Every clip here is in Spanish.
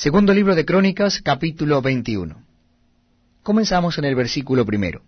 Segundo libro de Crónicas, capítulo 21. Comenzamos en el versículo 1.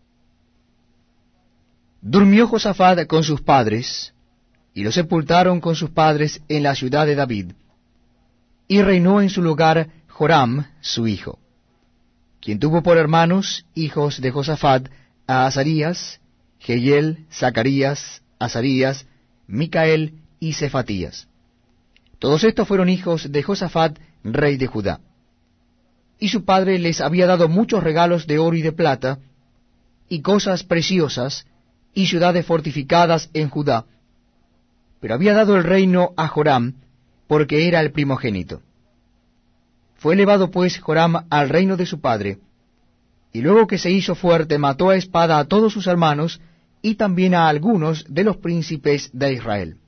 Durmió Josafat con sus padres, y lo sepultaron con sus padres en la ciudad de David, y reinó en su lugar Joram, su hijo, quien tuvo por hermanos, hijos de Josafat, a Azarías, Jehiel, Zacarías, Azarías, Micael y Cefatías. Todos estos fueron hijos de Josafat, rey de Judá. Y su padre les había dado muchos regalos de oro y de plata, y cosas preciosas, y ciudades fortificadas en Judá. Pero había dado el reino a Joram, porque era el primogénito. Fue elevado pues Joram al reino de su padre, y luego que se hizo fuerte mató a espada a todos sus hermanos, y también a algunos de los príncipes de Israel.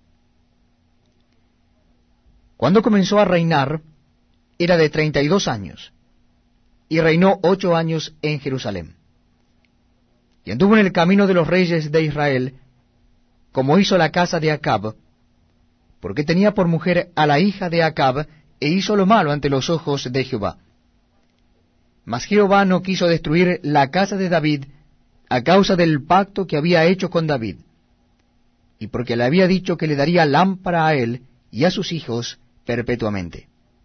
Cuando comenzó a reinar, era de 32 años, y reinó 8 años en Jerusalén. Y anduvo en el camino de los reyes de Israel, como hizo la casa de Acab, porque tenía por mujer a la hija de Acab, e hizo lo malo ante los ojos de Jehová. Mas Jehová no quiso destruir la casa de David a causa del pacto que había hecho con David, y porque le había dicho que le daría lámpara a él y a sus hijos perpetuamente.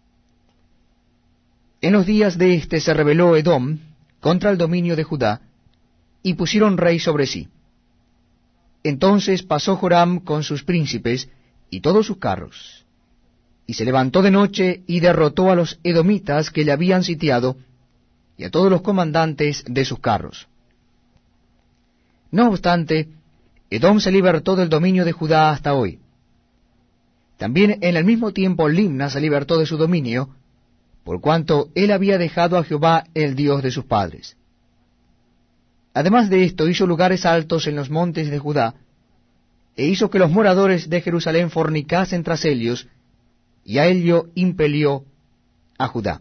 En los días de éste se rebeló Edom contra el dominio de Judá, y pusieron rey sobre sí. Entonces pasó Joram con sus príncipes y todos sus carros, y se levantó de noche y derrotó a los edomitas que le habían sitiado, y a todos los comandantes de sus carros. No obstante, Edom se libertó del dominio de Judá hasta hoy. También en el mismo tiempo Limna se libertó de su dominio, por cuanto él había dejado a Jehová el Dios de sus padres. Además de esto, hizo lugares altos en los montes de Judá, e hizo que los moradores de Jerusalén fornicasen tras ellos, y a ello impelió a Judá.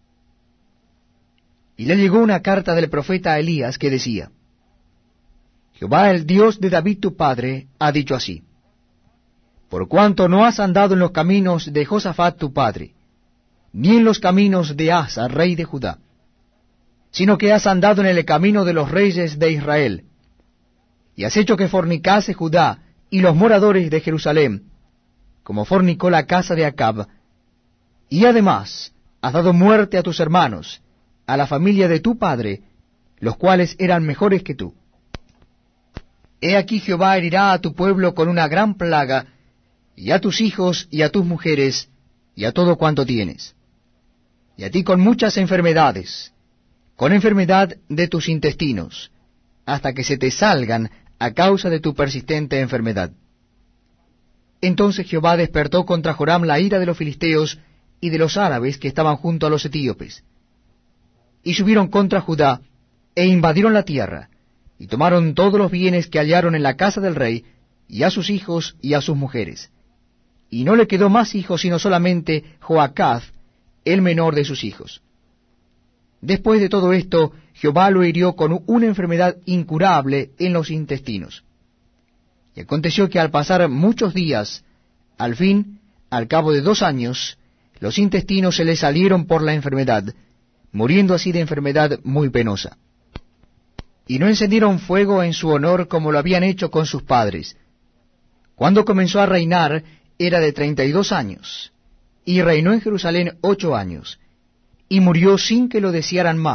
Y le llegó una carta del profeta Elías que decía: Jehová, el Dios de David tu padre, ha dicho así: por cuanto no has andado en los caminos de Josafat tu padre, ni en los caminos de Asa, rey de Judá, sino que has andado en el camino de los reyes de Israel, y has hecho que fornicase Judá y los moradores de Jerusalén, como fornicó la casa de Acab, y además has dado muerte a tus hermanos, a la familia de tu padre, los cuales eran mejores que tú. He aquí Jehová herirá a tu pueblo con una gran plaga, y a tus hijos y a tus mujeres, y a todo cuanto tienes, y a ti con muchas enfermedades, con enfermedad de tus intestinos, hasta que se te salgan a causa de tu persistente enfermedad. Entonces Jehová despertó contra Joram la ira de los filisteos y de los árabes que estaban junto a los etíopes, y subieron contra Judá, e invadieron la tierra, y tomaron todos los bienes que hallaron en la casa del rey, y a sus hijos y a sus mujeres. Y no le quedó más hijos sino solamente Joacaz, el menor de sus hijos. Después de todo esto, Jehová lo hirió con una enfermedad incurable en los intestinos. Y aconteció que al pasar muchos días, al fin, al cabo de 2 años, los intestinos se le salieron por la enfermedad, muriendo así de enfermedad muy penosa. Y no encendieron fuego en su honor como lo habían hecho con sus padres. Cuando comenzó a reinar, era de 32 años, y reinó en Jerusalén 8 años, y murió sin que lo desearan más.